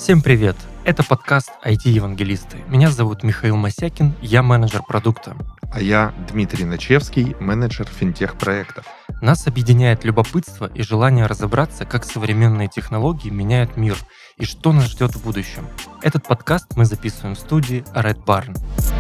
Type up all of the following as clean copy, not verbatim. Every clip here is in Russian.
Всем привет! Это подкаст IT-евангелисты. Меня зовут Михаил Мосякин, я менеджер продукта. А я Дмитрий Начевский, менеджер финтех-проектов. Нас объединяет любопытство и желание разобраться, как современные технологии меняют мир и что нас ждет в будущем. Этот подкаст мы записываем в студии Red Barn.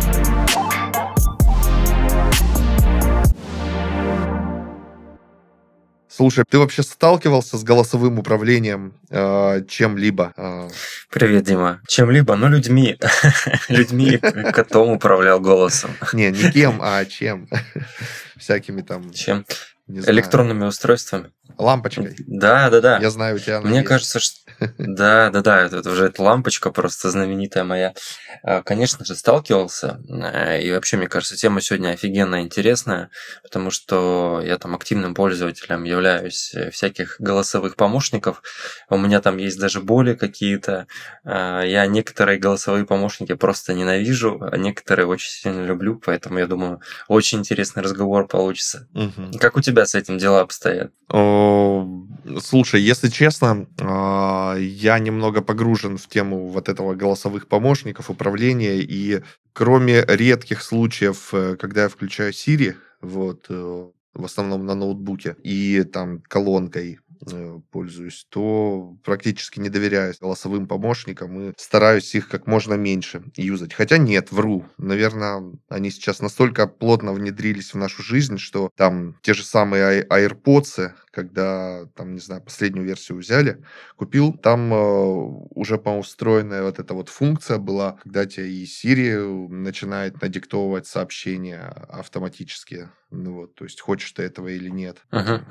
Слушай, ты вообще сталкивался с голосовым управлением чем-либо? Привет, Дима. Чем-либо, но людьми. Людьми, котом управлял голосом. Не кем, а чем? Всякими там... Чем? Не знаю. Электронными устройствами. Лампочкой. Да. Я знаю, у тебя она Мне есть. кажется, что... Да, это уже эта лампочка просто знаменитая моя. Конечно же, сталкивался. И вообще, мне кажется, тема сегодня офигенно интересная, потому что я там активным пользователем являюсь всяких голосовых помощников. У меня там есть даже боли какие-то. Я некоторые голосовые помощники просто ненавижу, а некоторые очень сильно люблю, поэтому я думаю, очень интересный разговор получится. Угу. Как у тебя с этим дела обстоят? Слушай, если честно, я немного погружен в тему вот этого голосовых помощников, управления, и кроме редких случаев, когда я включаю Siri, в основном на ноутбуке, и там колонкой пользуюсь, то практически не доверяю голосовым помощникам и стараюсь их как можно меньше юзать. Хотя нет, вру. Наверное, они сейчас настолько плотно внедрились в нашу жизнь, что там те же самые AirPods, когда, там, не знаю, последнюю версию взяли, купил, там уже, по-моему, встроенная вот эта вот функция была, когда тебе и Siri начинает надиктовывать сообщения автоматически. То есть хочешь ты этого или нет.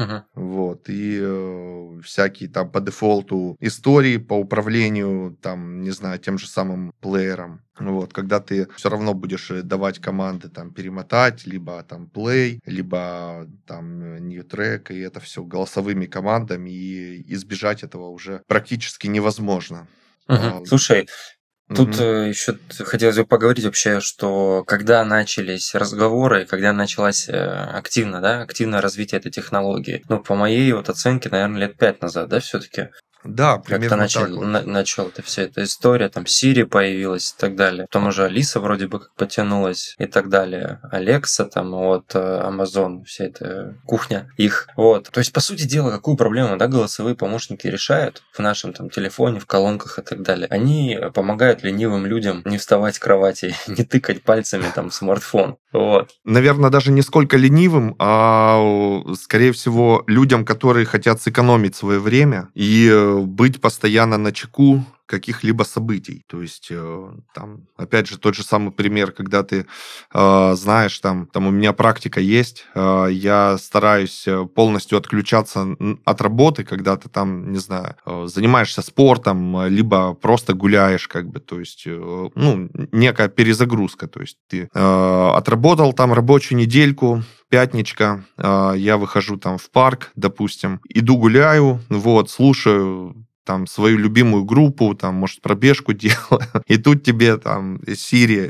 И всякие там по дефолту истории по управлению, там, не знаю, тем же самым плеером. Когда ты все равно будешь давать команды там перемотать, либо там play, либо там new track, и это все голосовыми командами, и избежать этого уже практически невозможно. Слушай, тут еще хотелось бы поговорить вообще, что когда начались разговоры, когда началось активное развитие этой технологии, по моей оценке, наверное, лет 5 назад, да, все-таки? Да, примерно как-то начала вся эта история, там Siri появилась и так далее. Потом уже Алиса вроде бы как потянулась и так далее. Алекса там от Amazon, вся эта кухня их. То есть, по сути дела, какую проблему, голосовые помощники решают в нашем там телефоне, в колонках и так далее? Они помогают ленивым людям не вставать с кровати, не тыкать пальцами там в смартфон. Наверное, даже не сколько ленивым, а, скорее всего, людям, которые хотят сэкономить свое время и быть постоянно начеку каких-либо событий. То есть, там, опять же, тот же самый пример, когда ты знаешь, там у меня практика есть, я стараюсь полностью отключаться от работы, когда ты там, не знаю, занимаешься спортом, либо просто гуляешь, то есть, некая перезагрузка. То есть, ты отработал там рабочую недельку, пятничка, я выхожу там в парк, допустим, иду гуляю, слушаю там свою любимую группу, там, может, пробежку делаю, и тут тебе там Siri,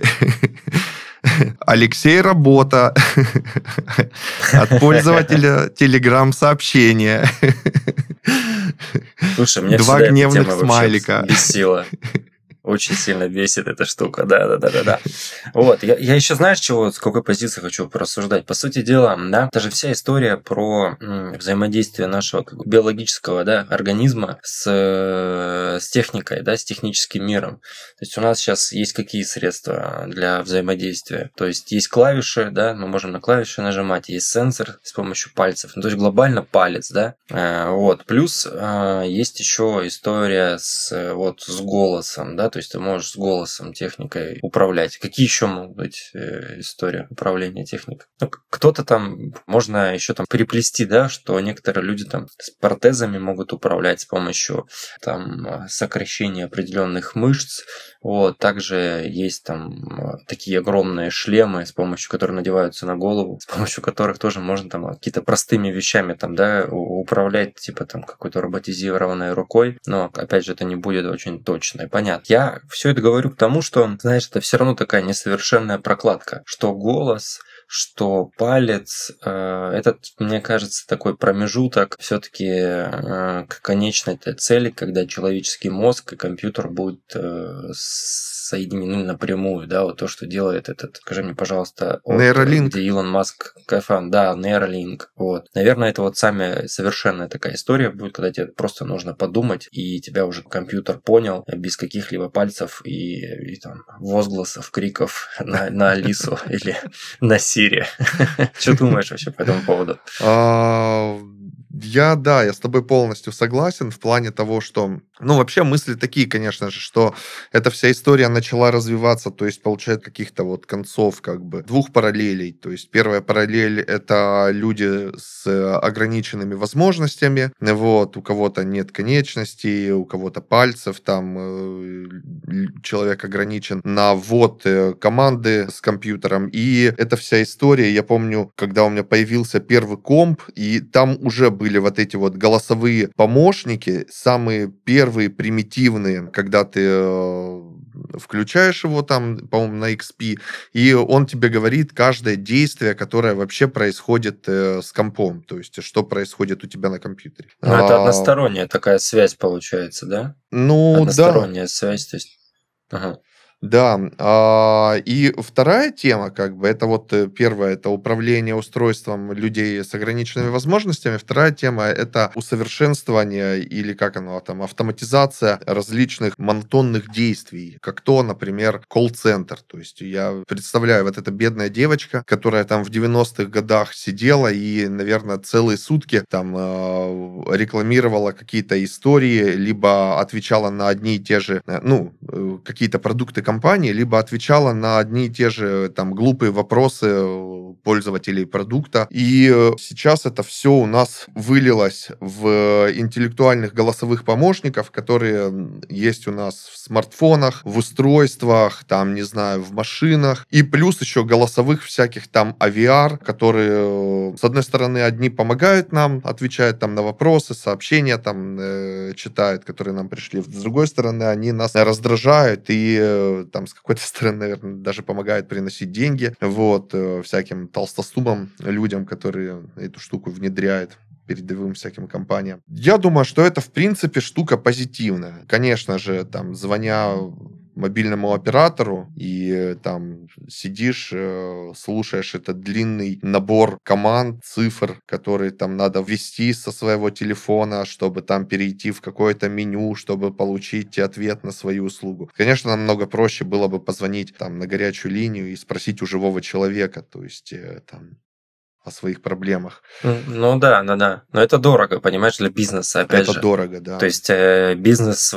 Алексей, работа, от пользователя Telegram-сообщения. Слушай, меня 2 всегда гневных эта тема смайлика. Бесила. Очень сильно бесит эта штука, да. Я еще, знаешь, с какой позиции хочу порассуждать? По сути дела, это же вся история про взаимодействие нашего биологического организма с техникой, с техническим миром. То есть у нас сейчас есть какие средства для взаимодействия? То есть есть клавиши, мы можем на клавиши нажимать, есть сенсор с помощью пальцев, то есть глобально палец, Плюс есть еще история с голосом, то есть ты можешь с голосом, техникой управлять. Какие еще могут быть истории управления техникой? Кто-то там, можно еще там приплести, что некоторые люди там с протезами могут управлять с помощью там сокращения определенных мышц. Также есть там такие огромные шлемы, с помощью которых надеваются на голову, с помощью которых тоже можно там какие-то простыми вещами там, управлять, типа там какой-то роботизированной рукой. Но, опять же, это не будет очень точно и понятно. Я все это говорю к тому, что, знаешь, это все равно такая несовершенная прокладка, что голос что палец этот, мне кажется, такой промежуток все-таки к конечной этой цели, когда человеческий мозг и компьютер будут соединены напрямую, да, вот то, что делает этот, скажи мне, пожалуйста, Neuralink. где Илон Маск кайфан, да, Neuralink, вот. Наверное, это вот сами совершенная такая история будет, когда тебе просто нужно подумать, и тебя уже компьютер понял без каких-либо пальцев и там возгласов, криков на Алису или на Сири. Что думаешь вообще по этому поводу? Я с тобой полностью согласен в плане того, что, вообще мысли такие, конечно же, что эта вся история начала развиваться, то есть получает каких-то вот концов, как бы, двух параллелей. То есть первая параллель — это люди с ограниченными возможностями, вот, у кого-то нет конечностей, у кого-то пальцев, там человек ограничен на ввод команды с компьютером, и эта вся история, я помню, когда у меня появился первый комп, и там уже были вот эти вот голосовые помощники, самые первые, примитивные, когда ты включаешь его там, по-моему, на XP, и он тебе говорит каждое действие, которое вообще происходит с компом, то есть что происходит у тебя на компьютере. Это односторонняя такая связь получается, да? Односторонняя связь, то есть... Ага. Да, и вторая тема, как бы, это вот первая, это управление устройством людей с ограниченными возможностями, вторая тема — это усовершенствование или, как оно там, автоматизация различных монотонных действий, как то, например, колл-центр, то есть я представляю, вот эта бедная девочка, которая там в 90-х годах сидела и, наверное, целые сутки там рекламировала какие-то истории, либо отвечала на одни и те же, какие-то продукты компании, либо отвечала на одни и те же там глупые вопросы пользователей продукта. И сейчас это все у нас вылилось в интеллектуальных голосовых помощников, которые есть у нас в смартфонах, в устройствах, там, не знаю, в машинах. И плюс еще голосовых всяких там AVR, которые, с одной стороны, одни помогают нам, отвечают там на вопросы, сообщения там читают, которые нам пришли. С другой стороны, они нас раздражают и там с какой-то стороны, наверное, даже помогает приносить деньги, вот, всяким толстостумам, людям, которые эту штуку внедряют, передовым всяким компаниям. Я думаю, что это, в принципе, штука позитивная. Конечно же, там, звоня мобильному оператору и там сидишь, слушаешь этот длинный набор команд, цифр, которые там надо ввести со своего телефона, чтобы там перейти в какое-то меню, чтобы получить ответ на свою услугу. Конечно, намного проще было бы позвонить там на горячую линию и спросить у живого человека, то есть там о своих проблемах. Ну да. Но это дорого, понимаешь, для бизнеса, опять же. Это дорого, да. То есть бизнес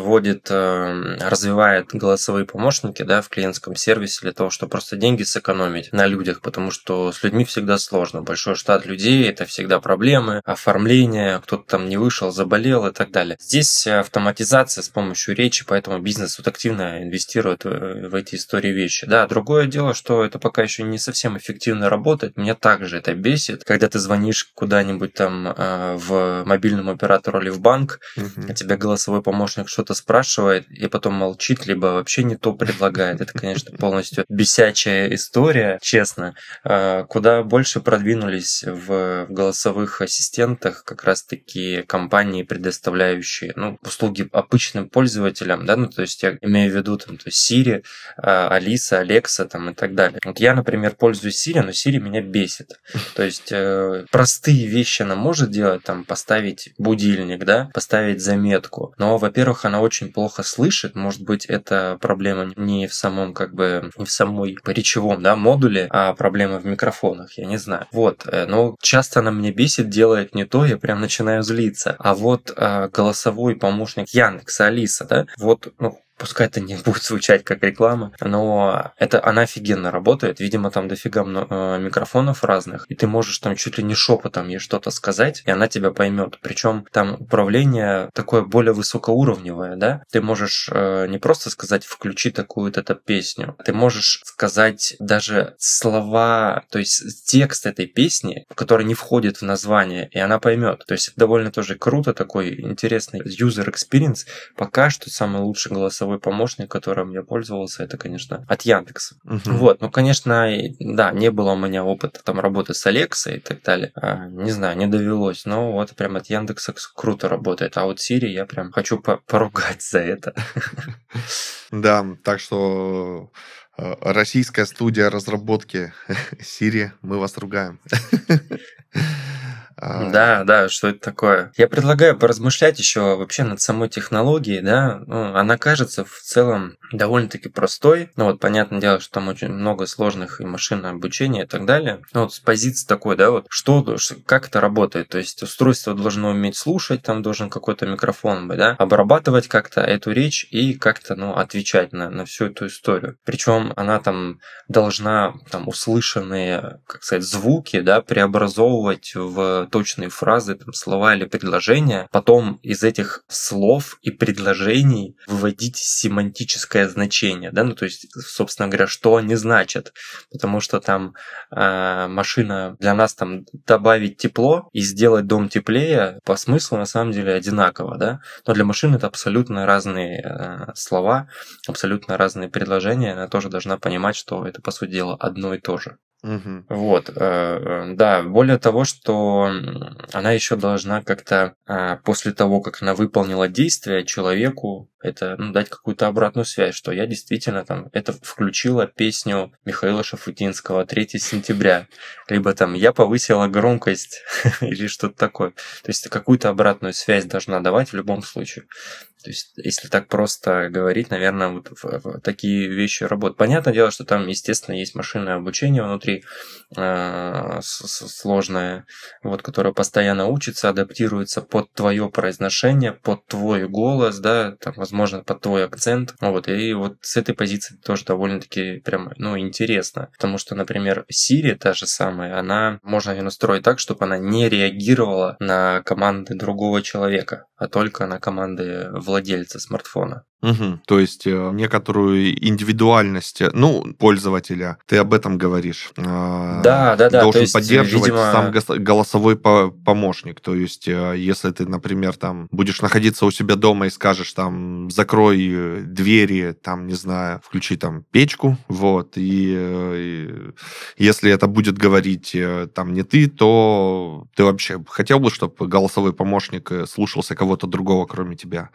развивает голосовые помощники, да, в клиентском сервисе для того, чтобы просто деньги сэкономить на людях, потому что с людьми всегда сложно. Большой штат людей – это всегда проблемы, оформление, кто-то там не вышел, заболел и так далее. Здесь автоматизация с помощью речи, поэтому бизнес вот активно инвестирует в эти истории вещи. Да, другое дело, что это пока еще не совсем эффективно работает. Меня также это бесит, когда ты звонишь куда-нибудь там в мобильному оператору или в банк, а тебя голосовой помощник что-то спрашивает и потом молчит, либо вообще не то предлагает. Это, конечно, полностью бесячая история, честно. Куда больше продвинулись в голосовых ассистентах как раз-таки компании, предоставляющие услуги обычным пользователям, да, то есть я имею в виду там, то есть Siri, Алиса, Alexa там и так далее. Вот я, например, пользуюсь Siri, но Siri меня бесит. То есть простые вещи она может делать, там поставить будильник, да, поставить заметку. Но, во-первых, она очень плохо слышит. Может быть, это проблема не в самом не в самой речевом, да, модуле, а проблема в микрофонах, я не знаю. Вот, но часто она меня бесит, делает не то, я прям начинаю злиться. А вот голосовой помощник Яндекса, Алиса, да, вот, пускай это не будет звучать как реклама, но она офигенно работает. Видимо, там дофига микрофонов разных, и ты можешь там чуть ли не шепотом ей что-то сказать, и она тебя поймет. Причем там управление такое более высокоуровневое, да? Ты можешь не просто сказать «включи такую-то песню», ты можешь сказать даже слова, то есть текст этой песни, который не входит в название, и она поймет. То есть это довольно тоже круто, такой интересный user experience. Пока что самый лучший голосовой голосовой помощник, которым я пользовался, это, конечно, от Яндекса. Мгм. Вот, ну, конечно, да, не было у меня опыта там работы с Алексой и так далее. Не знаю, не довелось, но вот прям от Яндекса круто работает. А вот Siri я прям хочу поругать за это. Да, так что российская студия разработки Siri, мы вас ругаем. Да, что это такое? Я предлагаю поразмышлять еще вообще над самой технологией, да. Ну, она кажется в целом довольно-таки простой. Ну вот, понятное дело, что там очень много сложных и машинного обучения и так далее. Но вот с позиции такой, да, вот как это работает? То есть устройство должно уметь слушать, там должен какой-то микрофон быть, да, обрабатывать как-то эту речь и как-то, отвечать на всю эту историю. Причем она там должна там услышанные, как сказать, звуки, да, преобразовывать в точные фразы, там, слова или предложения, потом из этих слов и предложений выводить семантическое значение, да, то есть, собственно говоря, что они значат, потому что там машина для нас там добавить тепло и сделать дом теплее по смыслу на самом деле одинаково, да, но для машины это абсолютно разные слова, абсолютно разные предложения, она тоже должна понимать, что это, по сути дела, одно и то же. Мгм. Вот, да, более того, что она еще должна как-то после того, как она выполнила действие, человеку это дать какую-то обратную связь, что я действительно там это включила песню Михаила Шафутинского 3 сентября, либо там я повысила громкость или что-то такое. То есть какую-то обратную связь должна давать в любом случае. То есть, если так просто говорить, наверное, вот такие вещи работают. Понятное дело, что там, естественно, есть машинное обучение внутри сложное, вот, которое постоянно учится, адаптируется под твое произношение, под твой голос, да, там, возможно, под твой акцент. Вот, и вот с этой позиции тоже довольно-таки прям, интересно. Потому что, например, Siri, та же самая, можно ее настроить так, чтобы она не реагировала на команды другого человека, а только на команды владельца смартфона. Мгм. То есть некоторую индивидуальность, пользователя, ты об этом говоришь. Да. То Должен есть, поддерживать видимо, сам голосовой помощник. То есть, если ты, например, там будешь находиться у себя дома и скажешь там закрой двери, там, не знаю, включи там печку, вот, и если это будет говорить там не ты, то ты вообще хотел бы, чтобы голосовой помощник слушался кого-то другого, кроме тебя?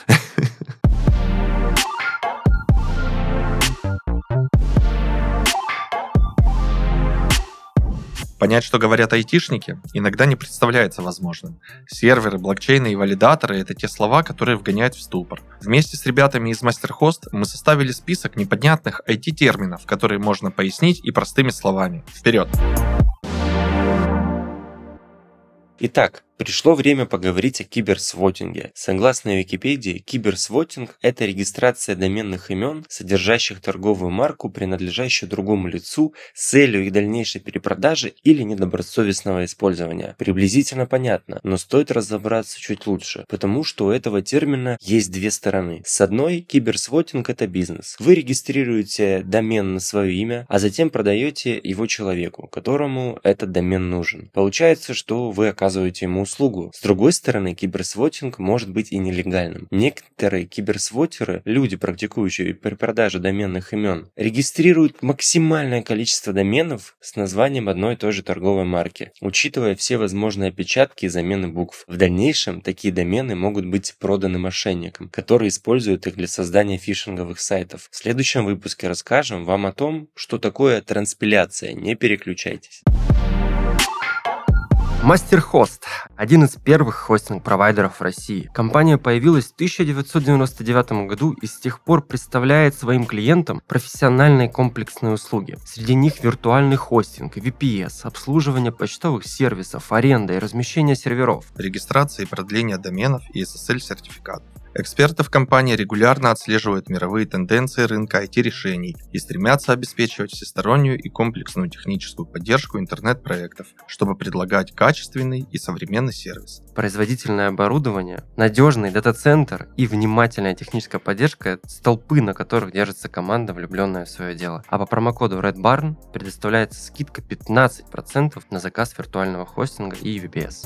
Понять, что говорят айтишники, иногда не представляется возможным. Серверы, блокчейны и валидаторы – это те слова, которые вгоняют в ступор. Вместе с ребятами из MasterHost мы составили список непонятных IT-терминов, которые можно пояснить и простыми словами. Вперед! Итак, пришло время поговорить о киберсвотинге. Согласно Википедии, киберсвотинг – это регистрация доменных имен, содержащих торговую марку, принадлежащую другому лицу, с целью их дальнейшей перепродажи или недобросовестного использования. Приблизительно понятно, но стоит разобраться чуть лучше, потому что у этого термина есть две стороны. С одной, киберсвотинг – это бизнес. Вы регистрируете домен на свое имя, а затем продаете его человеку, которому этот домен нужен. Получается, что вы оказываете ему услугу. С другой стороны, киберсвотинг может быть и нелегальным. Некоторые киберсвотеры, люди, практикующие при продаже доменных имен, регистрируют максимальное количество доменов с названием одной и той же торговой марки, учитывая все возможные опечатки и замены букв. В дальнейшем такие домены могут быть проданы мошенникам, которые используют их для создания фишинговых сайтов. В следующем выпуске расскажем вам о том, что такое транспиляция. Не переключайтесь. MasterHost – один из первых хостинг-провайдеров в России. Компания появилась в 1999 году и с тех пор представляет своим клиентам профессиональные комплексные услуги. Среди них виртуальный хостинг, VPS, обслуживание почтовых сервисов, аренда и размещение серверов, регистрация и продление доменов и SSL-сертификатов. Эксперты в компании регулярно отслеживают мировые тенденции рынка IT-решений и стремятся обеспечивать всестороннюю и комплексную техническую поддержку интернет-проектов, чтобы предлагать качественный и современный сервис. Производительное оборудование, надежный дата-центр и внимательная техническая поддержка – это столпы, на которых держится команда, влюбленная в свое дело. А по промокоду Red Barn предоставляется скидка 15% на заказ виртуального хостинга и VPS.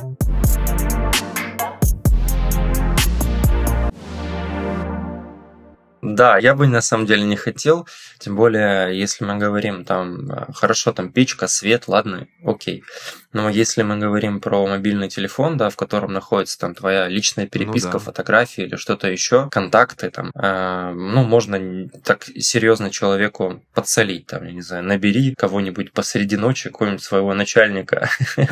Да, я бы на самом деле не хотел, тем более, если мы говорим там, хорошо, там печка, свет, ладно, окей. Но если мы говорим про мобильный телефон, да, в котором находится там твоя личная переписка, фотографии или что-то еще, контакты там, можно так серьезно человеку подсолить, там, я не знаю, набери кого-нибудь посреди ночи, какого-нибудь своего начальника,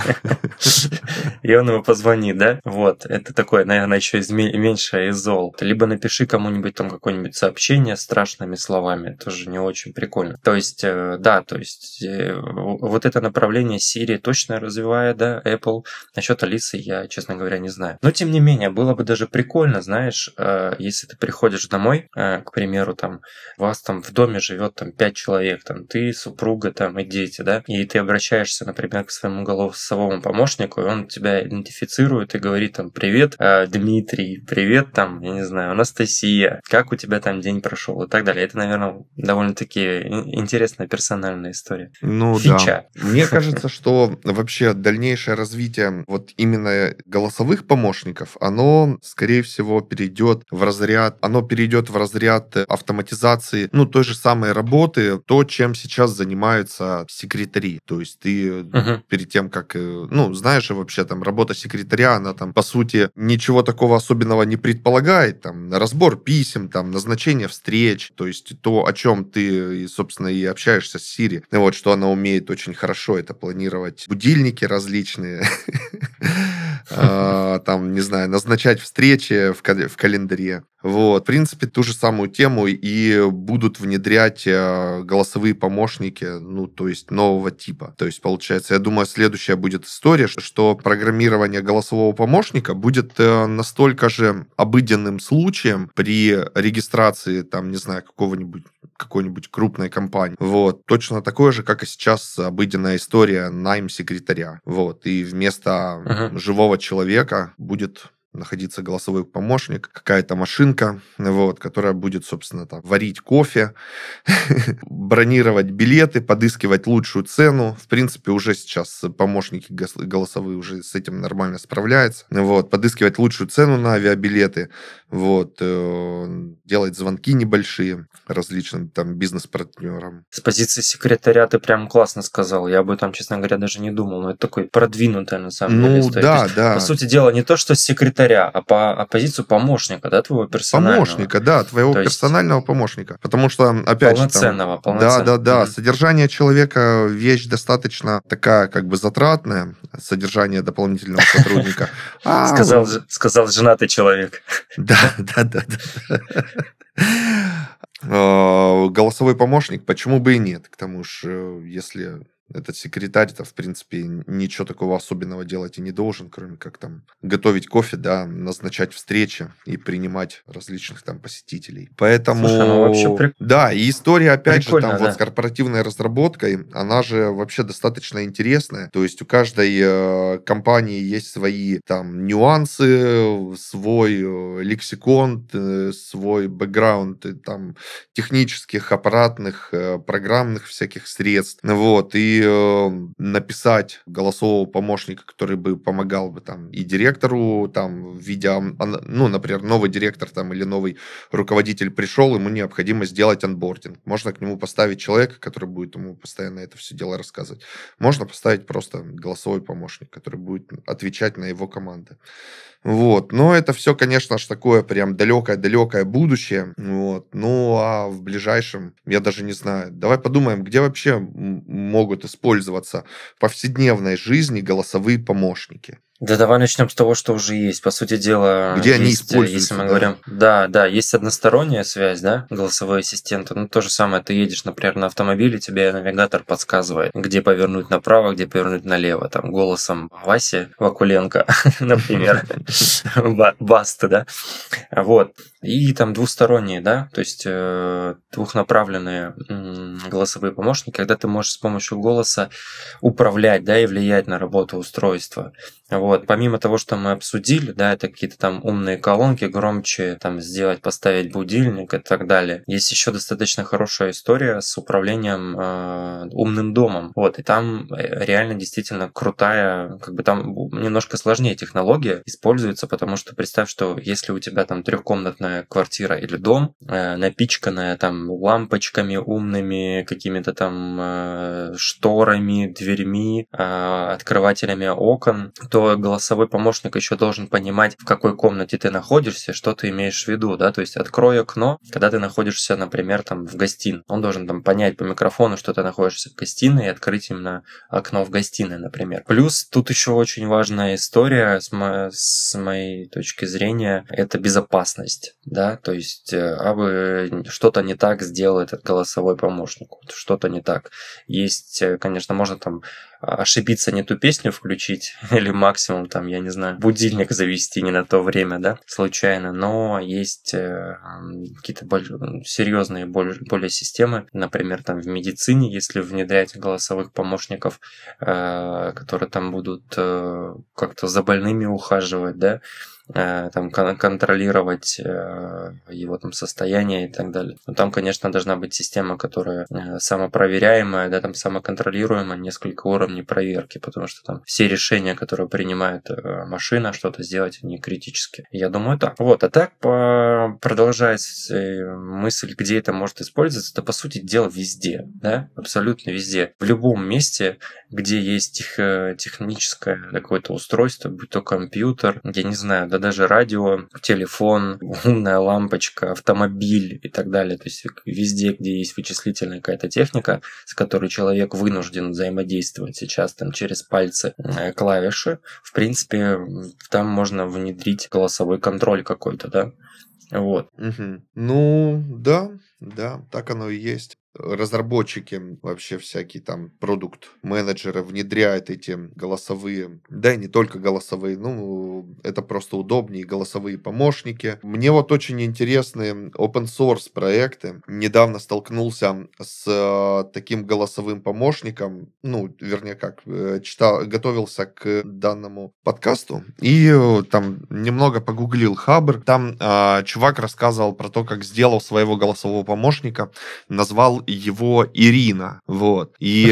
и он ему позвонит, да, вот, это такое, наверное, еще меньшее из зол. Либо напиши кому-нибудь там какое-нибудь сообщение с страшными словами, тоже не очень прикольно. То есть, вот это направление Siri точно развивает, да, Apple. Насчет Алисы я, честно говоря, не знаю. Но, тем не менее, было бы даже прикольно, знаешь, если ты приходишь домой, к примеру, там, у вас там в доме живет там 5 человек, там, ты, супруга, там, и дети, да, и ты обращаешься, например, к своему голосовому помощнику, и он тебя идентифицирует и говорит там: привет, Дмитрий, привет, там, я не знаю, Анастасия, как у тебя там день прошел и так далее. Это, наверное, довольно-таки интересная персональная история. Фича. Да. Мне кажется, что вообще дальнейшее развитие вот именно голосовых помощников, оно, скорее всего, перейдет в разряд автоматизации, той же самой работы, то, чем сейчас занимаются секретари. То есть ты перед тем, как, знаешь, вообще там работа секретаря, она там, по сути, ничего такого особенного не предполагает, там, разбор писем, там, назначение встреч, то есть то, о чем ты, собственно, и общаешься с Siri, вот, что она умеет очень хорошо, это планировать будильники различные, там, не знаю, назначать встречи в календаре. Вот, в принципе, ту же самую тему и будут внедрять голосовые помощники, то есть нового типа. То есть, получается, я думаю, следующая будет история, что программирование голосового помощника будет настолько же обыденным случаем при регистрации, там, не знаю, какой-нибудь крупной компании. Вот. Точно такое же, как и сейчас обыденная история найм секретаря. Вот. И вместо живого человека будет находиться голосовой помощник, какая-то машинка, вот, которая будет, собственно, там, варить кофе, бронировать билеты, подыскивать лучшую цену. В принципе, уже сейчас помощники голосовые уже с этим нормально справляются. Вот, подыскивать лучшую цену на авиабилеты, вот, делать звонки небольшие различным там бизнес-партнерам. С позиции секретаря ты прям классно сказал. Я об этом, честно говоря, даже не думал. Но это такой продвинутая, на самом деле, история. Да. По сути дела, не то, что секретаря, а позицию помощника, да, твоего персонального. Помощника, да, твоего персонального помощника. Потому что, опять же, полноценного. Да. Содержание человека вещь достаточно такая, как бы затратная, содержание дополнительного сотрудника. Сказал женатый человек. Да. Голосовой помощник, почему бы и нет? К тому же, если этот секретарь-то, в принципе, ничего такого особенного делать и не должен, кроме как там готовить кофе, да, назначать встречи и принимать различных там посетителей. Поэтому... Слушай, да, и история, опять же, там да. вот с корпоративной разработкой, она же вообще достаточно интересная. То есть у каждой компании есть свои там нюансы, свой лексикон, свой бэкграунд, там технических, аппаратных, программных всяких средств. Вот, и написать голосового помощника, который бы помогал бы там и директору, там, в виде, например, новый директор там или новый руководитель пришел, ему необходимо сделать онбординг. Можно к нему поставить человека, который будет ему постоянно это все дело рассказывать. Можно поставить просто голосовой помощник, который будет отвечать на его команды. Вот. Но это все, конечно же, такое прям далекое будущее. Вот. Ну, а в ближайшем, я даже не знаю. Давай подумаем, где вообще могут использоваться в повседневной жизни голосовые помощники. Да, давай начнем с того, что уже есть. По сути дела, где они используются, если мы говорим, да, есть односторонняя связь, да, голосовой ассистент. Ну, то же самое, ты едешь, например, на автомобиле, тебе навигатор подсказывает, где повернуть направо, где повернуть налево, там, голосом Васи Вакуленко, например, Басты, да, вот. И там двусторонние, да, то есть двухнаправленные голосовые помощники, когда ты можешь с помощью голоса управлять, да, и влиять на работу устройства. Вот. Вот, помимо того, что мы обсудили, да, это какие-то там умные колонки, громче там сделать, поставить будильник и так далее. Есть еще достаточно хорошая история с управлением умным домом. Вот, и там реально действительно крутая, как бы там немножко сложнее технология используется, потому что представь, что если у тебя там трехкомнатная квартира или дом, напичканная там лампочками умными, какими-то там шторами, дверьми, открывателями окон, то голосовой помощник еще должен понимать, в какой комнате ты находишься, что ты имеешь в виду, да, то есть открой окно, когда ты находишься, например, там в гостиной. Он должен там понять по микрофону, что ты находишься в гостиной, и открыть именно окно в гостиной, например. Плюс тут еще очень важная история с моей точки зрения, это безопасность, да, то есть абы что-то не так сделал этот голосовой помощник, что-то не так. Есть, конечно, можно там ошибиться, не ту песню включить, или максимум там, я не знаю, будильник завести не на то время, да, случайно, но есть какие-то серьезные более системы, например, там в медицине, если внедрять голосовых помощников, которые там будут как-то за больными ухаживать, да, там контролировать его там состояние и так далее. Но там, конечно, должна быть система, которая самопроверяемая, да, там самоконтролируемая, несколько уровней проверки, потому что там все решения, которые принимает машина, что-то сделать, они критические. Я думаю, так. Вот, а так, продолжать мысль, где это может использоваться, это, по сути дела, везде, да, абсолютно везде. В любом месте, где есть техническое какое-то устройство, будь то компьютер, я не знаю, да даже радио, телефон, умная лампочка, автомобиль и так далее. То есть везде, где есть вычислительная какая-то техника, с которой человек вынужден взаимодействовать сейчас там через пальцы, клавиши, в принципе, там можно внедрить голосовой контроль какой-то, да? Вот. Ну, да, так оно и есть. Разработчики, вообще всякие там продукт-менеджеры внедряют эти голосовые, да и не только голосовые, ну, это просто удобнее, голосовые помощники. Мне вот очень интересны open source проекты. Недавно столкнулся с таким голосовым помощником, ну, вернее как, готовился к данному подкасту и там немного погуглил Хабр. Там чувак рассказывал про то, как сделал своего голосового помощника, назвал его Ирина, вот, и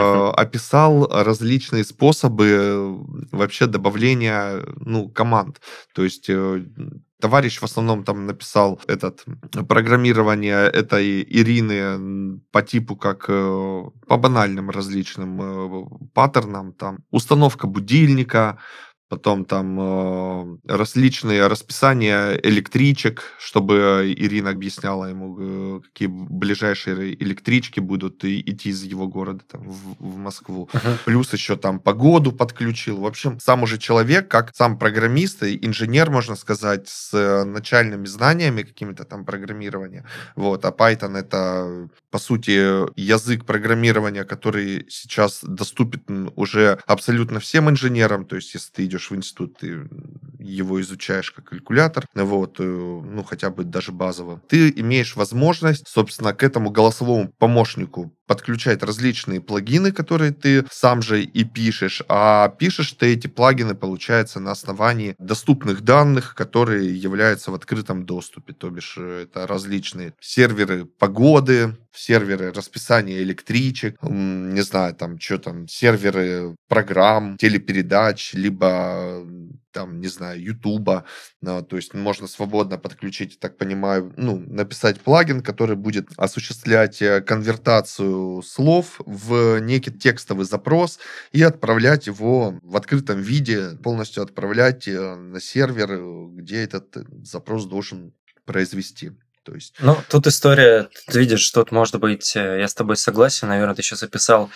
описал различные способы вообще добавления, ну, команд, то есть товарищ в основном там написал программирование этой Ирины по типу как по банальным различным паттернам, там установка будильника, потом там различные расписания электричек, чтобы Ирина объясняла ему, какие ближайшие электрички будут идти из его города там, в Москву. Плюс еще там погоду подключил. В общем, сам уже человек, как сам программист и инженер, можно сказать, с начальными знаниями какими-то там программирования. Вот. А Python — это, по сути, язык программирования, который сейчас доступен уже абсолютно всем инженерам. То есть, если ты идешь в институт, ты его изучаешь как калькулятор, вот, ну, хотя бы даже базово. Ты имеешь возможность, собственно, к этому голосовому помощнику подключать различные плагины, которые ты сам же и пишешь, а пишешь ты эти плагины, получается, на основании доступных данных, которые являются в открытом доступе, то бишь это различные серверы погоды, серверы расписания электричек, не знаю, там, что там, серверы программ, телепередач, либо там, не знаю, Ютуба, то есть можно свободно подключить, так понимаю, ну, написать плагин, который будет осуществлять конвертацию слов в некий текстовый запрос и отправлять его в открытом виде, полностью отправлять на сервер, где этот запрос должен произвести. То есть... Ну, тут история, ты видишь, тут может быть, я с тобой согласен, наверное, ты сейчас описал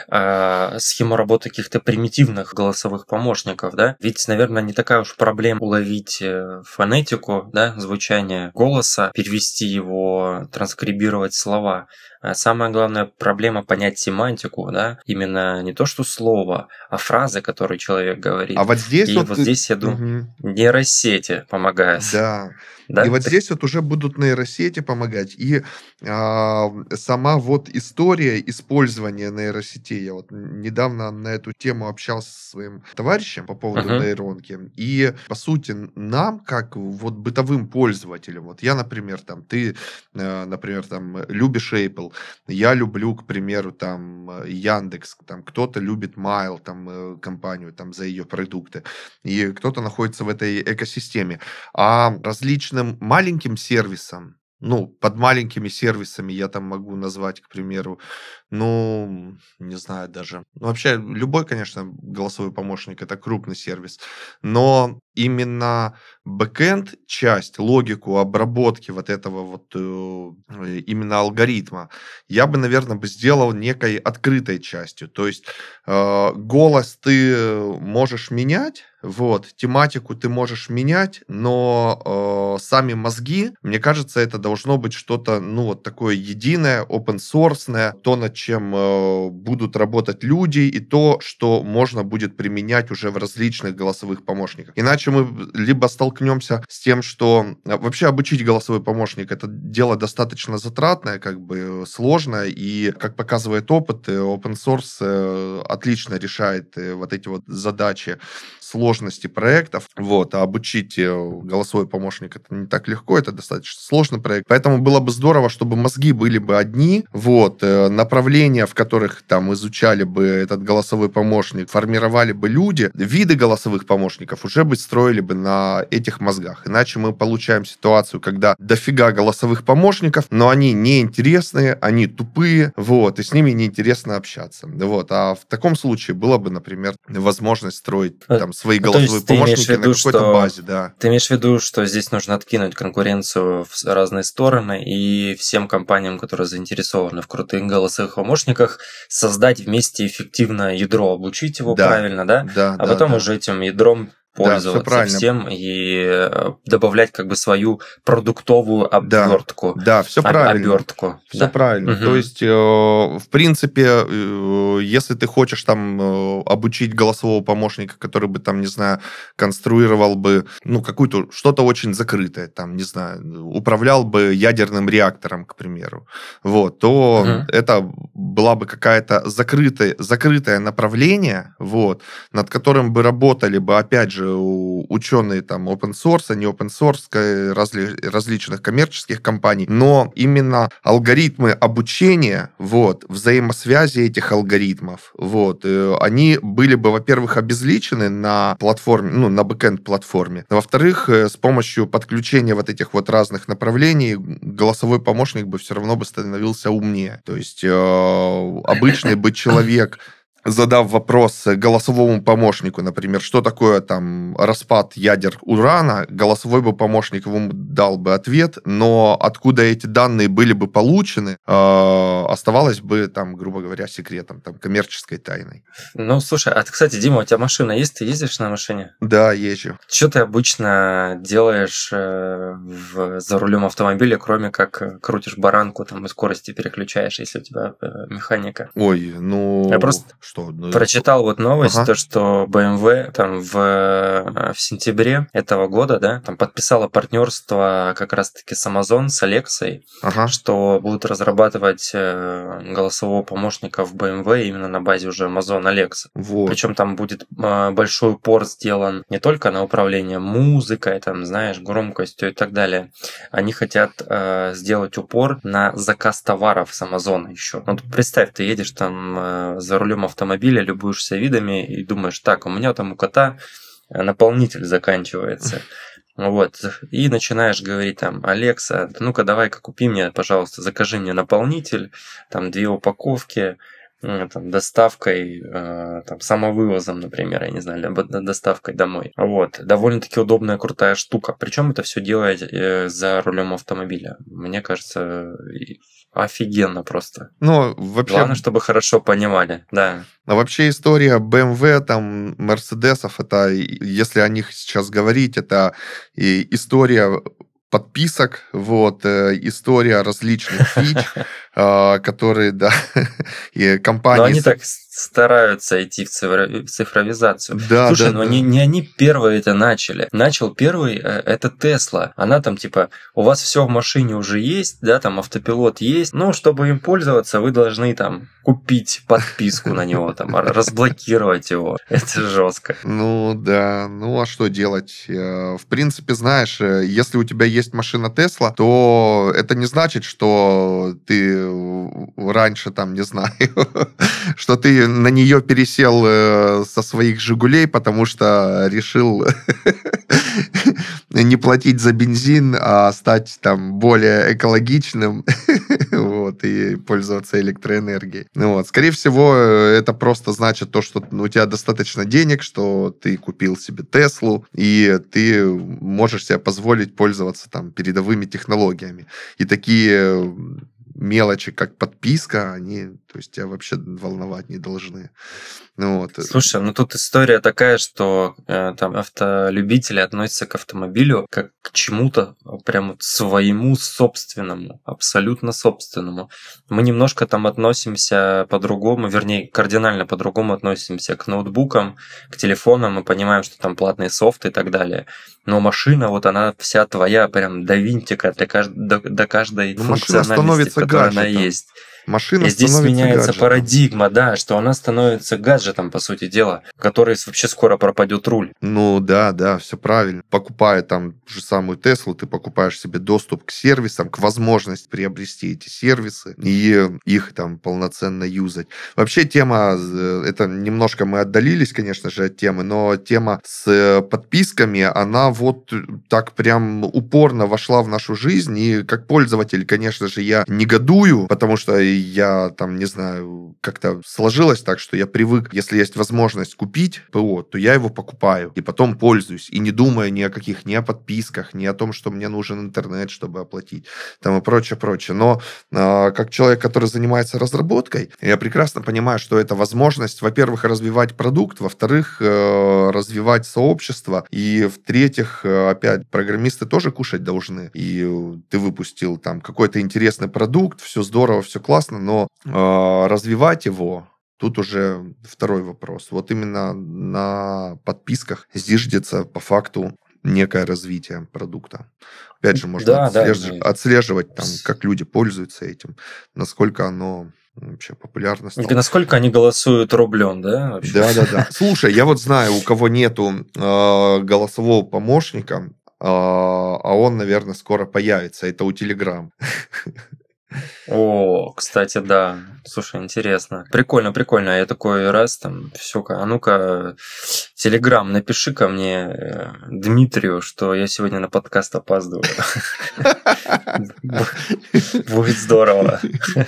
схему работы каких-то примитивных голосовых помощников, да? Ведь, наверное, не такая уж проблема уловить фонетику, да, звучание голоса, перевести его, транскрибировать слова. Самая главная проблема — понять семантику, да, именно не то, что слово, а фразы, которые человек говорит. А вот здесь и вот здесь, я думаю, нейросети помогают. Да. Да? И вот здесь вот уже будут нейросети помогать, и сама вот история использования нейросетей. Я вот недавно на эту тему общался со своим товарищем по поводу нейронки, и, по сути, нам, как вот бытовым пользователям, вот я, например, там, ты, например, там, любишь Apple, я люблю, к примеру, там, Яндекс, там, кто-то любит Mail, там, компанию, там, за ее продукты, и кто-то находится в этой экосистеме. А различным маленьким сервисам, ну, под маленькими сервисами я там могу назвать, к примеру, ну, не знаю даже. Ну, вообще, любой, конечно, голосовой помощник — это крупный сервис, но именно бэкэнд часть, логику обработки вот этого вот именно алгоритма я бы, наверное, бы сделал некой открытой частью. То есть голос ты можешь менять, вот, тематику ты можешь менять, но сами мозги, мне кажется, это должно быть что-то, ну, вот такое единое, open-source, то, над чем будут работать люди, и то, что можно будет применять уже в различных голосовых помощниках. Иначе мы либо столкнемся с тем, что вообще обучить голосовой помощник — это дело достаточно затратное, как бы сложное, и, как показывает опыт, open-source отлично решает вот эти вот задачи, сложности проектов, вот, а обучить голосовой помощник — это не так легко, это достаточно сложный проект, поэтому было бы здорово, чтобы мозги были бы одни, вот, направления, в которых там изучали бы этот голосовой помощник, формировали бы люди, виды голосовых помощников уже бы строили бы на этих мозгах, иначе мы получаем ситуацию, когда дофига голосовых помощников, но они неинтересные, они тупые, вот, и с ними неинтересно общаться, вот, а в таком случае была бы, например, возможность строить там свои голосовые помощники на какой-то базе, да. Ты имеешь в виду, что здесь нужно откинуть конкуренцию в разные стороны и всем компаниям, которые заинтересованы в крутых голосовых помощниках, создать вместе эффективное ядро, обучить его правильно, да? А потом уже этим ядром пользоваться всем и добавлять как бы свою продуктовую обвертку. Да, все правильно. Обертку. Все правильно. То есть, в принципе, если ты хочешь там обучить голосового помощника, который бы там, не знаю, конструировал бы, ну, какую-то, что-то очень закрытое, там, не знаю, управлял бы ядерным реактором, к примеру, вот, то это была бы какая-то закрытое направление, вот, над которым бы работали бы, опять же, ученые там open source, не open source, различных коммерческих компаний, но именно алгоритмы обучения, вот, взаимосвязи этих алгоритмов, вот, они были бы, во-первых, обезличены на платформе, ну, на бэкэнд платформе, а во-вторых, с помощью подключения вот этих вот разных направлений голосовой помощник бы все равно бы становился умнее. То есть обычный бы человек, задав вопрос голосовому помощнику, например, что такое там распад ядер урана, голосовой бы помощник ему дал бы ответ, но откуда эти данные были бы получены, оставалось бы там, грубо говоря, секретом, там, коммерческой тайной. Ну, слушай, а, кстати, Дима, у тебя машина есть? Ты ездишь на машине? Да, езжу. Что ты обычно делаешь за рулем автомобиля, кроме как крутишь баранку там и скорости переключаешь, если у тебя механика? Ой, ну... Я просто прочитал вот новость, то, что BMW там в сентябре этого года, да, там подписала партнерство как раз-таки с Amazon, с Алексой, что будут разрабатывать голосового помощника в BMW именно на базе уже Amazon Alexa. Вот. Причем там будет большой упор сделан не только на управление музыкой, там, знаешь, громкостью и так далее. Они хотят сделать упор на заказ товаров с Amazon еще. Ну, представь, ты едешь там за рулем автомобиля, любуешься видами и думаешь, так, у меня там у кота наполнитель заканчивается. Вот. И начинаешь говорить там, Алекса, ну-ка давай-ка купи мне, пожалуйста, закажи мне наполнитель, там 2 упаковки, там, доставкой, там, самовывозом, например, я не знаю, либо доставкой домой. Вот. Довольно-таки удобная, крутая штука. Причем это все делать за рулем автомобиля. Мне кажется, офигенно просто. Ну, вообще... Главное, чтобы хорошо понимали, да. А вообще история BMW, там, Мерседесов, это, если о них сейчас говорить, это и история подписок, вот, история различных фич, которые, да, и компании... Но они так стараются идти в цифровизацию. Да, Слушай, да, но да. не они первые это начали. Начал первый это Тесла. Она там типа, у вас все в машине уже есть, да, там автопилот есть, но чтобы им пользоваться, вы должны там купить подписку на него, там, разблокировать его. Это жестко. Ну да, ну а что делать? В принципе, знаешь, если у тебя есть машина Тесла, то это не значит, что ты раньше там, не знаю, что ты на нее пересел со своих «Жигулей», потому что решил не платить за бензин, а стать там более экологичным, вот, и пользоваться электроэнергией. Ну вот, скорее всего, это просто значит то, что у тебя достаточно денег, что ты купил себе Теслу, и ты можешь себе позволить пользоваться там передовыми технологиями. И такие мелочи, как подписка, они, то есть, тебя вообще волновать не должны. Ну, вот. Слушай, ну тут история такая, что там автолюбители относятся к автомобилю как к чему-то прям своему собственному, абсолютно собственному. Мы немножко там относимся по-другому, вернее, кардинально по-другому относимся к ноутбукам, к телефонам, мы понимаем, что там платный софт и так далее. Но машина, вот она вся твоя, прям до винтика, до каждой функциональности, которая она есть. Машина и здесь становится меняется гаджетом. Парадигма, да, что она становится гаджетом, по сути дела, который вообще скоро пропадет руль. Ну да, все правильно. Покупая там ту же самую Теслу, ты покупаешь себе доступ к сервисам, к возможности приобрести эти сервисы и их там полноценно юзать. Вообще тема, это немножко мы отдалились, конечно же, от темы, но тема с подписками, она вот так прям упорно вошла в нашу жизнь, и как пользователь, конечно же, я негодую, потому что я там, не знаю, как-то сложилось так, что я привык, если есть возможность купить ПО, то я его покупаю и потом пользуюсь, и не думая ни о каких, ни о подписках, ни о том, что мне нужен интернет, чтобы оплатить, там и прочее. Но как человек, который занимается разработкой, я прекрасно понимаю, что это возможность, во-первых, развивать продукт, во-вторых, развивать сообщество, и в-третьих, опять, программисты тоже кушать должны, и ты выпустил там какой-то интересный продукт, все здорово, все классно, но развивать его, тут уже второй вопрос. Вот именно на подписках зиждется по факту некое развитие продукта. Опять же, можно отслеживать там, как люди пользуются этим, насколько оно вообще популярно стало. Насколько они голосуют рублем, да? Вообще? Да. Слушай, я вот знаю, у кого нету голосового помощника, а он, наверное, скоро появится. Это у Telegram. О, кстати, да. Слушай, интересно. Прикольно. Я такой раз там, все-ка, а ну-ка, Телеграм, напиши ко мне, Дмитрию, что я сегодня на подкаст опаздываю. Будет здорово.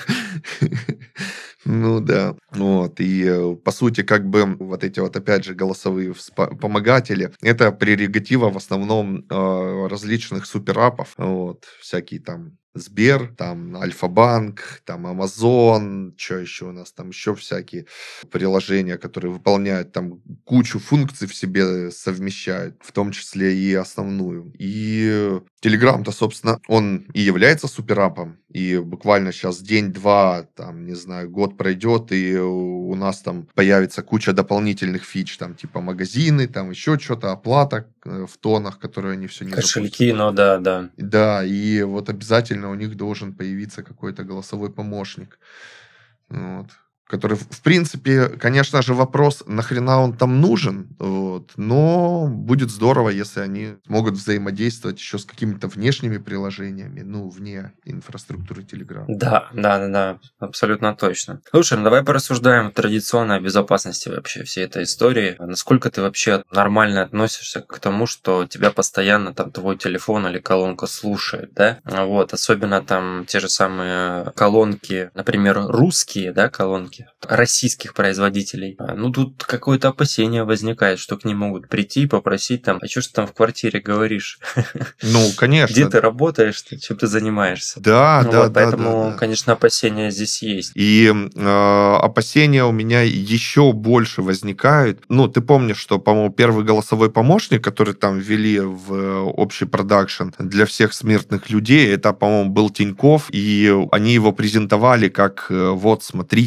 Ну да, вот, и по сути, как бы, вот эти вот, опять же, голосовые помогатели, это прерогатива в основном различных суперапов, вот, всякие там Сбер, там Альфа-банк, там Амазон, что еще у нас, там еще всякие приложения, которые выполняют там кучу функций в себе совмещают, в том числе и основную. И Telegram-то, собственно, он и является суперапом, и буквально сейчас день-два, там, не знаю, год пройдет, и у нас там появится куча дополнительных фич, там, типа магазины, там, еще что-то, оплата в тонах, которые они все не кошельки, ну да. Да, и вот обязательно у них должен появиться какой-то голосовой помощник, вот, который, в принципе, конечно же, вопрос, нахрена он там нужен, вот, но будет здорово, если они могут взаимодействовать еще с какими-то внешними приложениями, ну, вне инфраструктуры Telegram. Да, абсолютно точно. Слушай, ну давай порассуждаем традиционно о безопасности вообще всей этой истории. Насколько ты вообще нормально относишься к тому, что тебя постоянно там твой телефон или колонка слушает, да? Вот, особенно там те же самые колонки, например, русские, да, колонки, российских производителей. Ну, тут какое-то опасение возникает, что к ним могут прийти и попросить там, а что ж ты там в квартире говоришь? Ну, конечно. Где ты работаешь, чем ты занимаешься? Да. Поэтому, конечно, опасения здесь есть. И опасения у меня еще больше возникают. Ну, ты помнишь, что, по-моему, первый голосовой помощник, который там ввели в общий продакшн для всех смертных людей, это, по-моему, был Тинькофф, и они его презентовали как, вот, смотрите,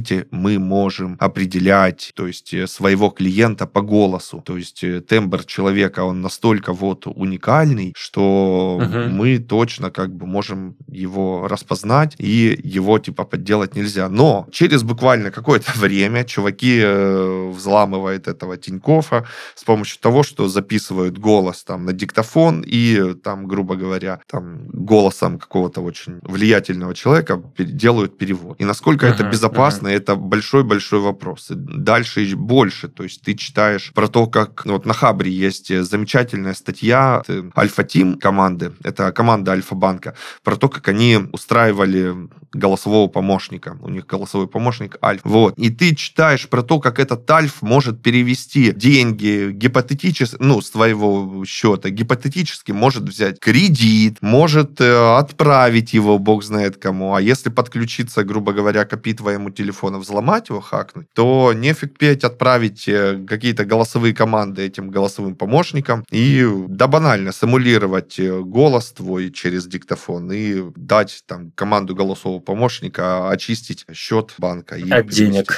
мы можем определять, то есть своего клиента по голосу. То есть тембр человека, он настолько вот уникальный, что мы точно как бы можем его распознать, и его типа подделать нельзя. Но через буквально какое-то время чуваки взламывают этого Тинькоффа с помощью того, что записывают голос там на диктофон и там, грубо говоря, там голосом какого-то очень влиятельного человека делают перевод. И насколько это безопасно, это большой-большой вопрос. И дальше и больше. То есть ты читаешь про то, как вот на Хабре есть замечательная статья Альфа-Тим команды, это команда Альфа-банка, про то, как они устраивали голосового помощника. У них голосовой помощник Альф. Вот. И ты читаешь про то, как этот Альф может перевести деньги гипотетически, с твоего счета, гипотетически может взять кредит, может отправить его, бог знает кому. А если подключиться, грубо говоря, к API твоему телефону, взломать его, хакнуть, то нефиг петь, отправить какие-то голосовые команды этим голосовым помощникам и банально симулировать голос твой через диктофон и дать там команду голосового помощника очистить счет банка. От денег.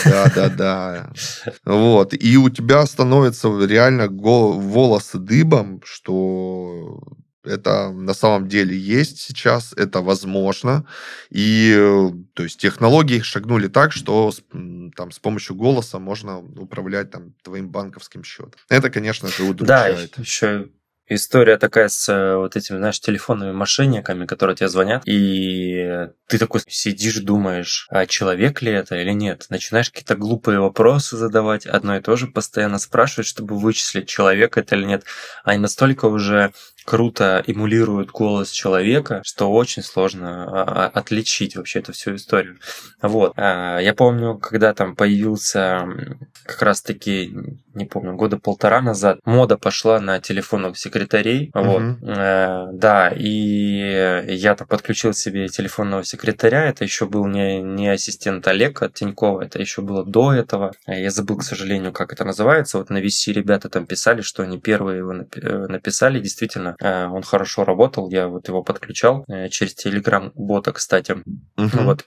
Да. Вот. И у тебя становится реально волосы дыбом, что это на самом деле есть сейчас, это возможно. И то есть технологии шагнули так, что с помощью голоса можно управлять там твоим банковским счетом. Это, конечно же, удручает. Да, еще история такая с вот этими, знаешь, телефонными мошенниками, которые тебе звонят, и ты такой сидишь, думаешь, а человек ли это или нет? Начинаешь какие-то глупые вопросы задавать, одно и то же постоянно спрашивать, чтобы вычислить, человек это или нет. Они настолько уже круто эмулируют голос человека, что очень сложно отличить вообще эту всю историю. Вот. Я помню, когда там появился как раз-таки, не помню, года 1.5 назад, мода пошла на телефонных секретарей. Вот. Да, и я там подключил себе телефонного секретаря. Это еще был не ассистент Олег от Тинькова, это еще было до этого. Я забыл, к сожалению, как это называется. Вот на VC ребята там писали, что они первые его написали. Действительно, он хорошо работал, я вот его подключал через Telegram-бота, кстати. Вот.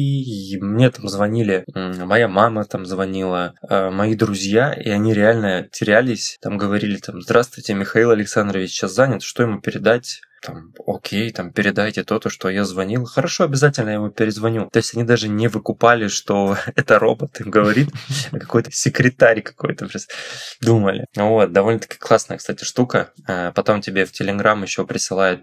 И мне там звонили, моя мама там звонила, мои друзья, и они реально терялись, там говорили, там, здравствуйте, Михаил Александрович сейчас занят, что ему передать? Там, окей, там, передайте то, что я звонил. Хорошо, обязательно я ему перезвоню. То есть они даже не выкупали, что это робот им говорит, а какой-то секретарь какой-то думали. Вот, довольно-таки классная, кстати, штука. Потом тебе в Telegram еще присылают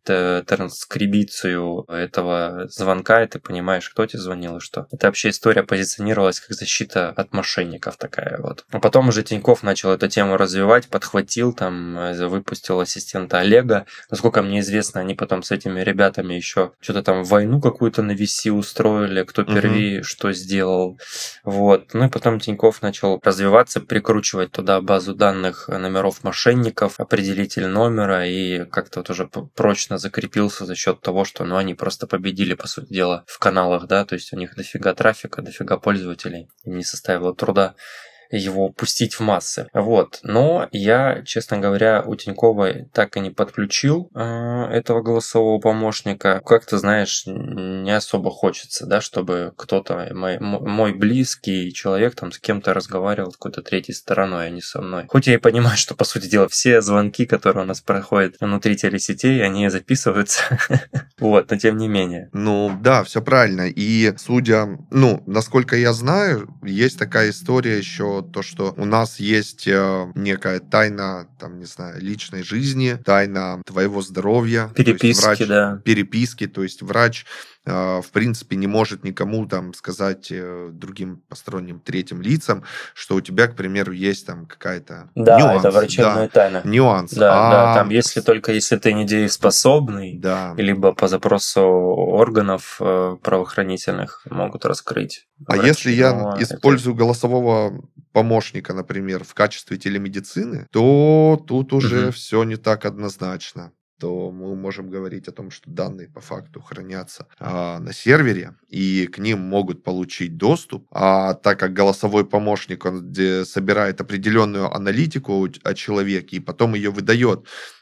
транскрибицию этого звонка, и ты понимаешь, кто тебе звонил и что. Это вообще история позиционировалась как защита от мошенников такая вот. А потом уже Тинькофф начал эту тему развивать, подхватил, там, выпустил ассистента Олега. Насколько мне известно, они потом с этими ребятами еще что-то там войну какую-то на VC устроили, кто первее что сделал. Вот. Ну и потом Тинькофф начал развиваться, прикручивать туда базу данных номеров мошенников, определитель номера, и как-то вот уже прочно закрепился за счет того, что они просто победили, по сути дела, в каналах, да, то есть у них дофига трафика, дофига пользователей, им не составило труда его пустить в массы. Вот. Но я, честно говоря, у Тинькова так и не подключил этого голосового помощника. Как-то, знаешь, не особо хочется, да, чтобы кто-то, мой близкий человек там с кем-то разговаривал с какой-то третьей стороной, а не со мной. Хоть я и понимаю, что, по сути дела, все звонки, которые у нас проходят внутри телесетей, они записываются. Вот, но тем не менее. Да, все правильно. И судя, насколько я знаю, есть такая история еще, то, что у нас есть некая тайна, там, не знаю, личной жизни, тайна твоего здоровья. Переписки, да. Переписки, то есть врач в принципе, не может никому там сказать другим посторонним третьим лицам, что у тебя, к примеру, есть там какая-то нюанс. Это врачебная тайна. Нюанс. Да, там если ты недееспособный, либо по запросу органов правоохранительных могут раскрыть. Если я использую голосового помощника, например, в качестве телемедицины, то тут уже все не так однозначно. То мы можем говорить о том, что данные по факту хранятся на сервере, и к ним могут получить доступ. А так как голосовой помощник, он собирает определенную аналитику о человеке, и потом ее выдает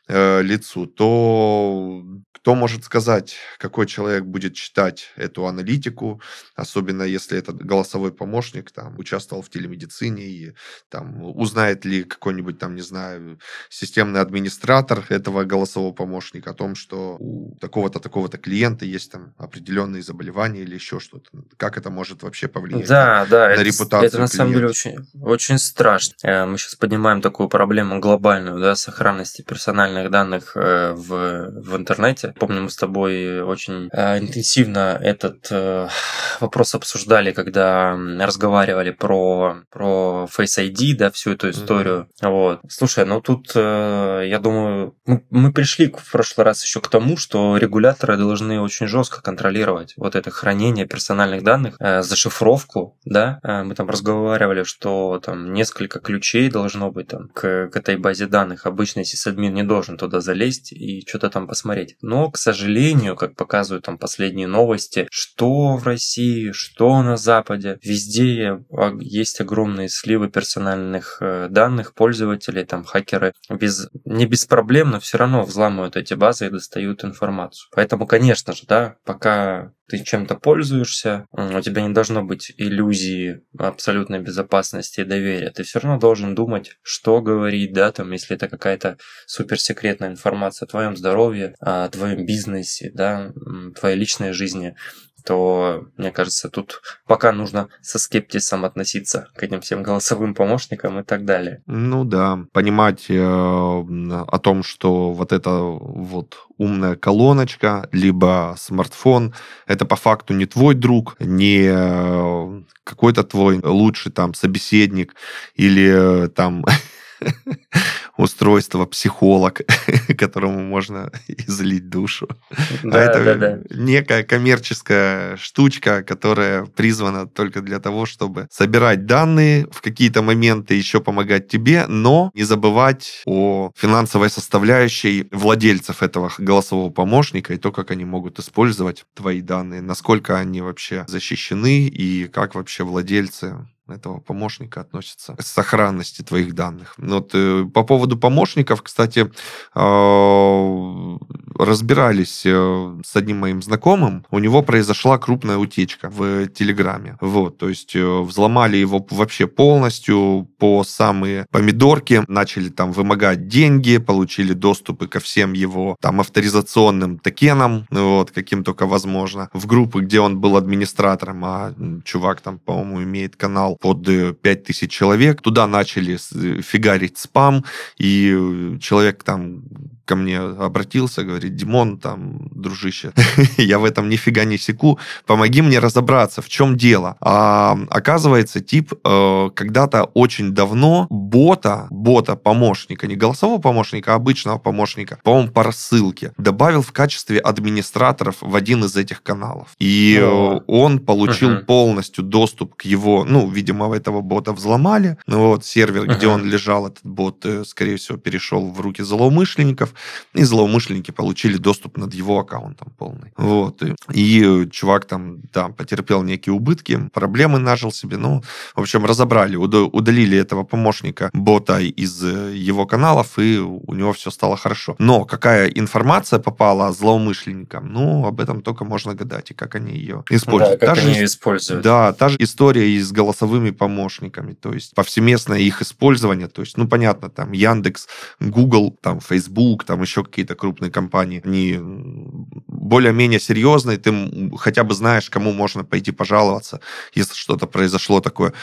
лицу, то кто может сказать, какой человек будет читать эту аналитику, особенно если этот голосовой помощник там участвовал в телемедицине, и там узнает ли какой-нибудь там, не знаю, системный администратор этого голосового помощника о том, что у такого-то, такого-то клиента есть там определенные заболевания или еще что-то. Как это может вообще повлиять Да, на это репутацию на самом деле клиента? очень страшно. Мы сейчас поднимаем такую проблему глобальную, да, сохранности персональных данных в интернете. Помню, мы с тобой очень интенсивно этот вопрос обсуждали, когда разговаривали про Face ID, да, всю эту историю. Вот. Слушай, ну тут, я думаю, мы пришли в прошлый раз еще к тому, что регуляторы должны очень жестко контролировать вот это хранение персональных данных, зашифровку, да. Мы там разговаривали, что там несколько ключей должно быть там к этой базе данных. Обычный сисадмин не должен туда залезть и что-то там посмотреть. Но, к сожалению, как показывают там последние новости, что в России, что на Западе, везде есть огромные сливы персональных данных пользователей, там хакеры не без проблем, но все равно взламывают эти базы и достают информацию. Поэтому, конечно же, да, пока ты чем-то пользуешься, у тебя не должно быть иллюзии абсолютной безопасности и доверия. Ты все равно должен думать, что говорить, да, там, если это какая-то суперсекретная информация о твоем здоровье, о твоем бизнесе, да, твоей личной жизни, то, мне кажется, тут пока нужно со скептисом относиться к этим всем голосовым помощникам и так далее. Ну да, понимать о том, что вот эта вот умная колоночка, либо смартфон, это по факту не твой друг, не какой-то твой лучший там собеседник или там устройство, психолог, которому можно излить душу. Это некая коммерческая штучка, которая призвана только для того, чтобы собирать данные в какие-то моменты, еще помогать тебе, но не забывать о финансовой составляющей владельцев этого голосового помощника и то, как они могут использовать твои данные, насколько они вообще защищены и как вообще владельцы этого помощника относятся к сохранности твоих данных. Вот, по поводу помощников, кстати, разбирались с одним моим знакомым. У него произошла крупная утечка в Телеграме. Вот, то есть взломали его вообще полностью по самые помидорки, начали там вымогать деньги, получили доступы ко всем его там авторизационным токенам, вот, каким только возможно. В группы, где он был администратором, а чувак там, по-моему, имеет канал под 5000 человек. Туда начали фигарить спам, и человек там ко мне обратился, говорит: Димон, там, дружище, я в этом нифига не секу, помоги мне разобраться, в чем дело. А оказывается, тип когда-то очень давно бота-помощника, не голосового помощника, а обычного помощника, по-моему, по рассылке, добавил в качестве администраторов в один из этих каналов. И он получил полностью доступ к его, ну, видимо, этого бота взломали. Вот, сервер, где он лежал, этот бот, скорее всего, перешел в руки злоумышленников, и злоумышленники получили доступ над его аккаунтом полный. Вот. И чувак там, да, потерпел некие убытки, проблемы нажил себе. Ну, в общем, разобрали, удалили этого помощника бота из его каналов, и у него все стало хорошо. Но какая информация попала злоумышленникам, ну, об этом только можно гадать, и как они ее используют. Да, как они ее используют. Да, та же история и с голосовыми помощниками, то есть повсеместное их использование, то есть, ну, понятно, там, Яндекс, Google, там, Facebook, там, еще какие-то крупные компании, они более-менее серьезные, ты хотя бы знаешь, кому можно пойти пожаловаться, если что-то произошло такое.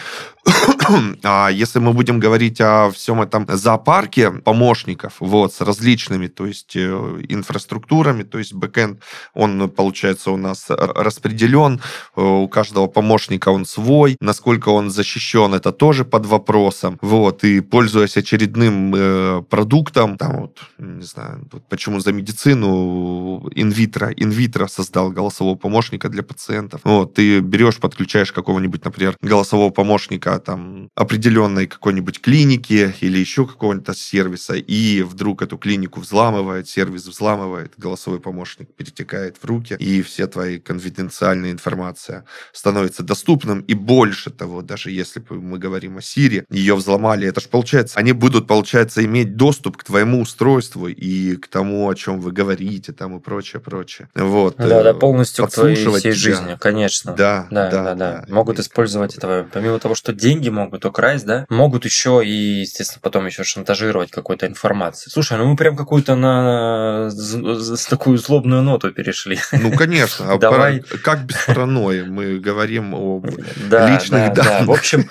А если мы будем говорить о всем этом зоопарке помощников, вот, с различными, то есть, инфраструктурами, то есть, бэкэнд, он, получается, у нас распределен, у каждого помощника он свой, насколько он защищен, это тоже под вопросом, вот, и пользуясь очередным продуктом, там, вот, не знаю, почему за медицину инвитро инвитро создал голосового помощника для пациентов. Вот, ты берешь, подключаешь какого-нибудь, например, голосового помощника там определенной какой-нибудь клиники или еще какого-нибудь сервиса, и вдруг эту клинику взламывает, сервис взламывает, голосовой помощник перетекает в руки, и все твои конфиденциальная информация становится доступным, и больше того, даже если мы говорим о Siri, ее взломали, это же получается, они будут, получается, иметь доступ к твоему устройству и к тому, о чем вы говорите, там и прочее. Вот. Да, полностью к твоей всей тебя. жизни, конечно. Да. Могут использовать это, помимо того, что деньги могут украсть, да, могут еще и, естественно, потом еще шантажировать какой-то информацией. Слушай, мы прям какую-то на такую злобную ноту перешли. Ну, конечно. Давай. Как без паранойи? Мы говорим об личных данных. Да. В общем,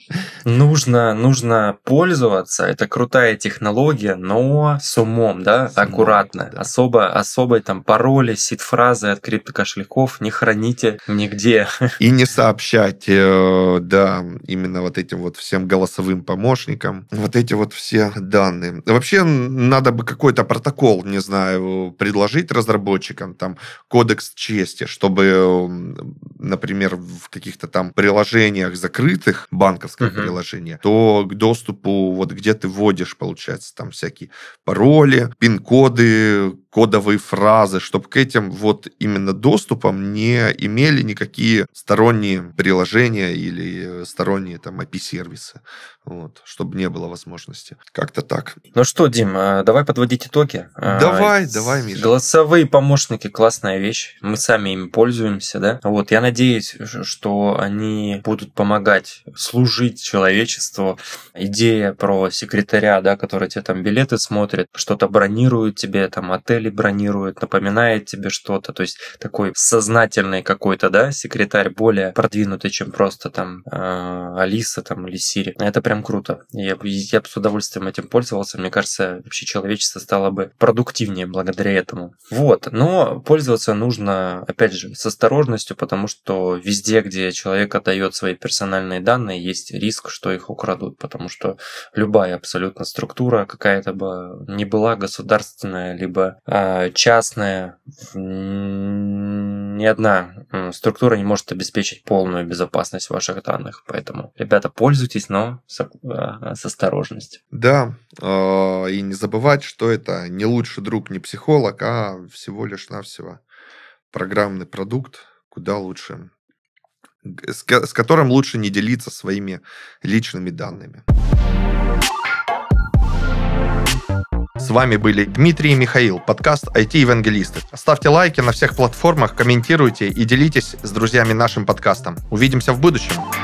нужно пользоваться. Это крутая технология, но с умом, да, аккуратно. Да. Особой там пароли, сид-фразы от криптокошельков не храните нигде. И не сообщайте, да, именно вот этим вот всем голосовым помощникам, вот эти вот все данные. Вообще, надо бы какой-то протокол, не знаю, предложить разработчикам, там, кодекс чести, чтобы, например, в каких-то там приложениях закрытых, банковское приложение, то к доступу, вот где ты вводишь, получается, там всякие пароли, пин-коды, кодовые фразы, чтобы к этим вот именно доступам не имели никакие сторонние приложения или сторонние там API-сервисы, вот, чтобы не было возможности. Как-то так. Ну что, Дим, давай подводить итоги. Давай, Миша. Голосовые помощники — классная вещь. Мы сами ими пользуемся, да? Вот, я надеюсь, что они будут помогать служить человечеству. Идея про секретаря, да, который тебе там билеты смотрит, что-то бронирует тебе, там отели бронирует, напоминает тебе что-то. То есть такой сознательный какой-то, да, секретарь, более продвинутый, чем просто там Алиса там или Siri. Это прям круто. Я бы с удовольствием этим пользовался. Мне кажется, вообще человечество стало бы продуктивнее благодаря этому. Вот. Но пользоваться нужно, опять же, с осторожностью, потому что везде, где человек отдает свои персональные данные, есть риск, что их украдут, потому что любая абсолютно структура какая-то бы не была государственная, либо частная, ни одна структура не может обеспечить полную безопасность ваших данных. Поэтому, ребята, пользуйтесь, но с осторожностью. Да, и не забывать, что это не лучший друг, не психолог, а всего лишь навсего программный продукт, куда лучше, с которым лучше не делиться своими личными данными. С вами были Дмитрий и Михаил, подкаст IT-евангелисты. Ставьте лайки на всех платформах, комментируйте и делитесь с друзьями нашим подкастом. Увидимся в будущем.